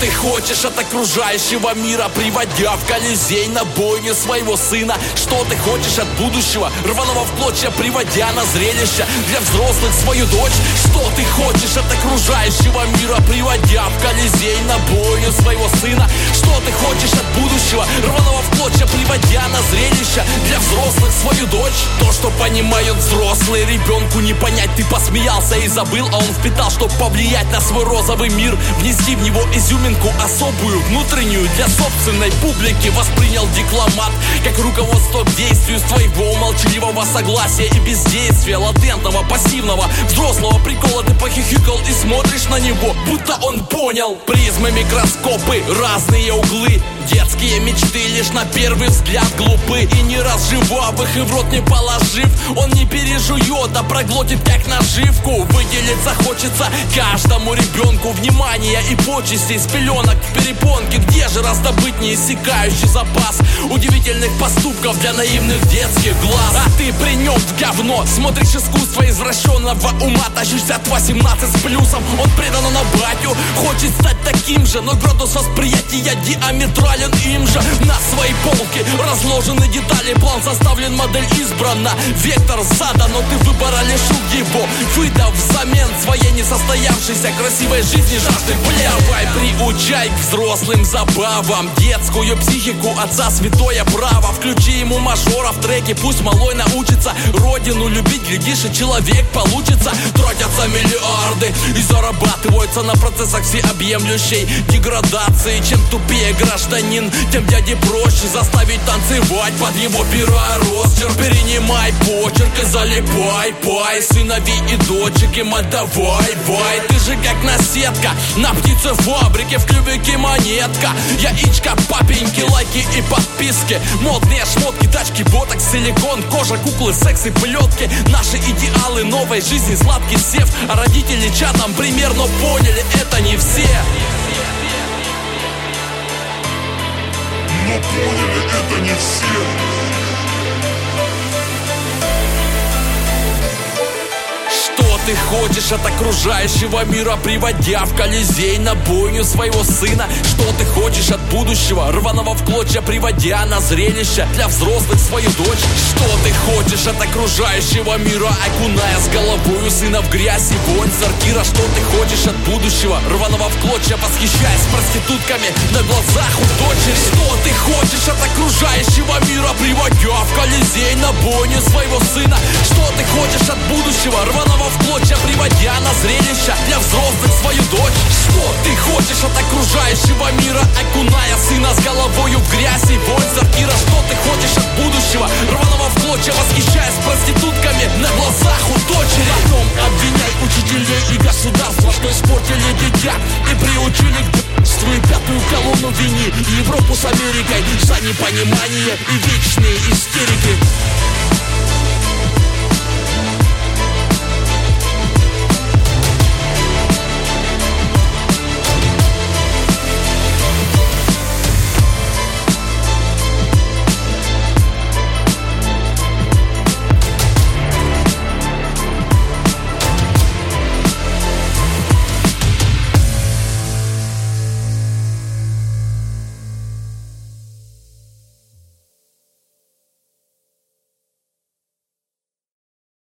ты хочешь от окружающего мира, приводя в Колизей на бойню своего сына? Что ты хочешь от будущего, рваного в клочья, приводя на зрелище для взрослых свою дочь? Что ты хочешь от окружающего мира, приводя в Колизей на бойню своего сына? Что ты хочешь от будущего, рваного в клочья, приводя на зрелище для взрослых свою дочь? То, что понимают взрослые, ребенку не понять. Ты посмеялся и забыл, а он впитал, чтоб повлиять на свой розовый мир, внести в него изюминку особую, внутреннюю, для собственной публики. Воспринял дипломат как руководство к действию с твоего молчаливого согласия и бездействия, латентного, пассивного, взрослого прикола. Ты похихикал и смотришь на него, будто он понял. Призмы, микроскопы, разные углы, детские мечты лишь на первый взгляд глупы. И не разжевав их и в рот не положив, он не пережует, а проглотит как наживку. Выделиться хочется каждому ребенку, внимания и почестей с пеленок в перепонке. Где же раздобыть неиссякающий запас удивительных поступков для наивных детских глаз? А ты при нем в говно смотришь искусство извращенного ума, тащишься от 18 с плюсом. Он предан на батю, хочет стать таким же, но градус восприятия диаметрален им же. На своей полке разложены детали, план составлен, модель избрана, вектор задан, но ты выбора лишил его, выдав взамен своей несостоявшейся красивой жизни жажды. Давай приучай к взрослым забавам детскую психику отца святое право. Включи ему мажора в треке, пусть малой научится родину любить, глядишь, и человек получится. Тратятся миллиарды и зарабатываются на процессах всеобъемлющей деградации. Чем тупее гражданин, тем дяде проще заставить танцевать под его пера ростер. Перенимай почерк и залипай, пай, сыновей и дочек им отдавай, вай. Ты же как наседка на птицефабрике, в клювике монетка. Яичко, папеньки, лайки и подписки, модные шмотки, тачки, ботокс, силикон, кожа, куклы, секс и плетки. Наши идеалы новой жизни, сладкий сев. А родители чатом пример, но поняли, это не все. Но поняли, это не все. Что ты хочешь от окружающего мира, приводя в Колизей на бойню своего сына? Что ты хочешь от будущего, рваного в клочья, приводя на зрелище для взрослых свою дочь? Что ты хочешь от окружающего мира, окуная с головою сына в грязь и вонь сортира? Что ты хочешь от будущего, рваного в клочья, восхищаясь проститутками на глазах у дочери? Что ты хочешь от окружающего мира, приводя в Колизей на бойню своего сына? Что ты хочешь от будущего, рваного в клочья, приводя на зрелище для взрослых свою дочь? Что ты хочешь от окружающего мира, окуная сына с головою в грязь и вонь сортира? Что ты хочешь от будущего, рваного в клочья, восхищаясь проститутками на глазах у дочери? Потом обвиняй учителей и государство, что испортили дитя и приучили к б***ству. И пятую колонну вини Европу с Америкой за непонимание и вечные истерики.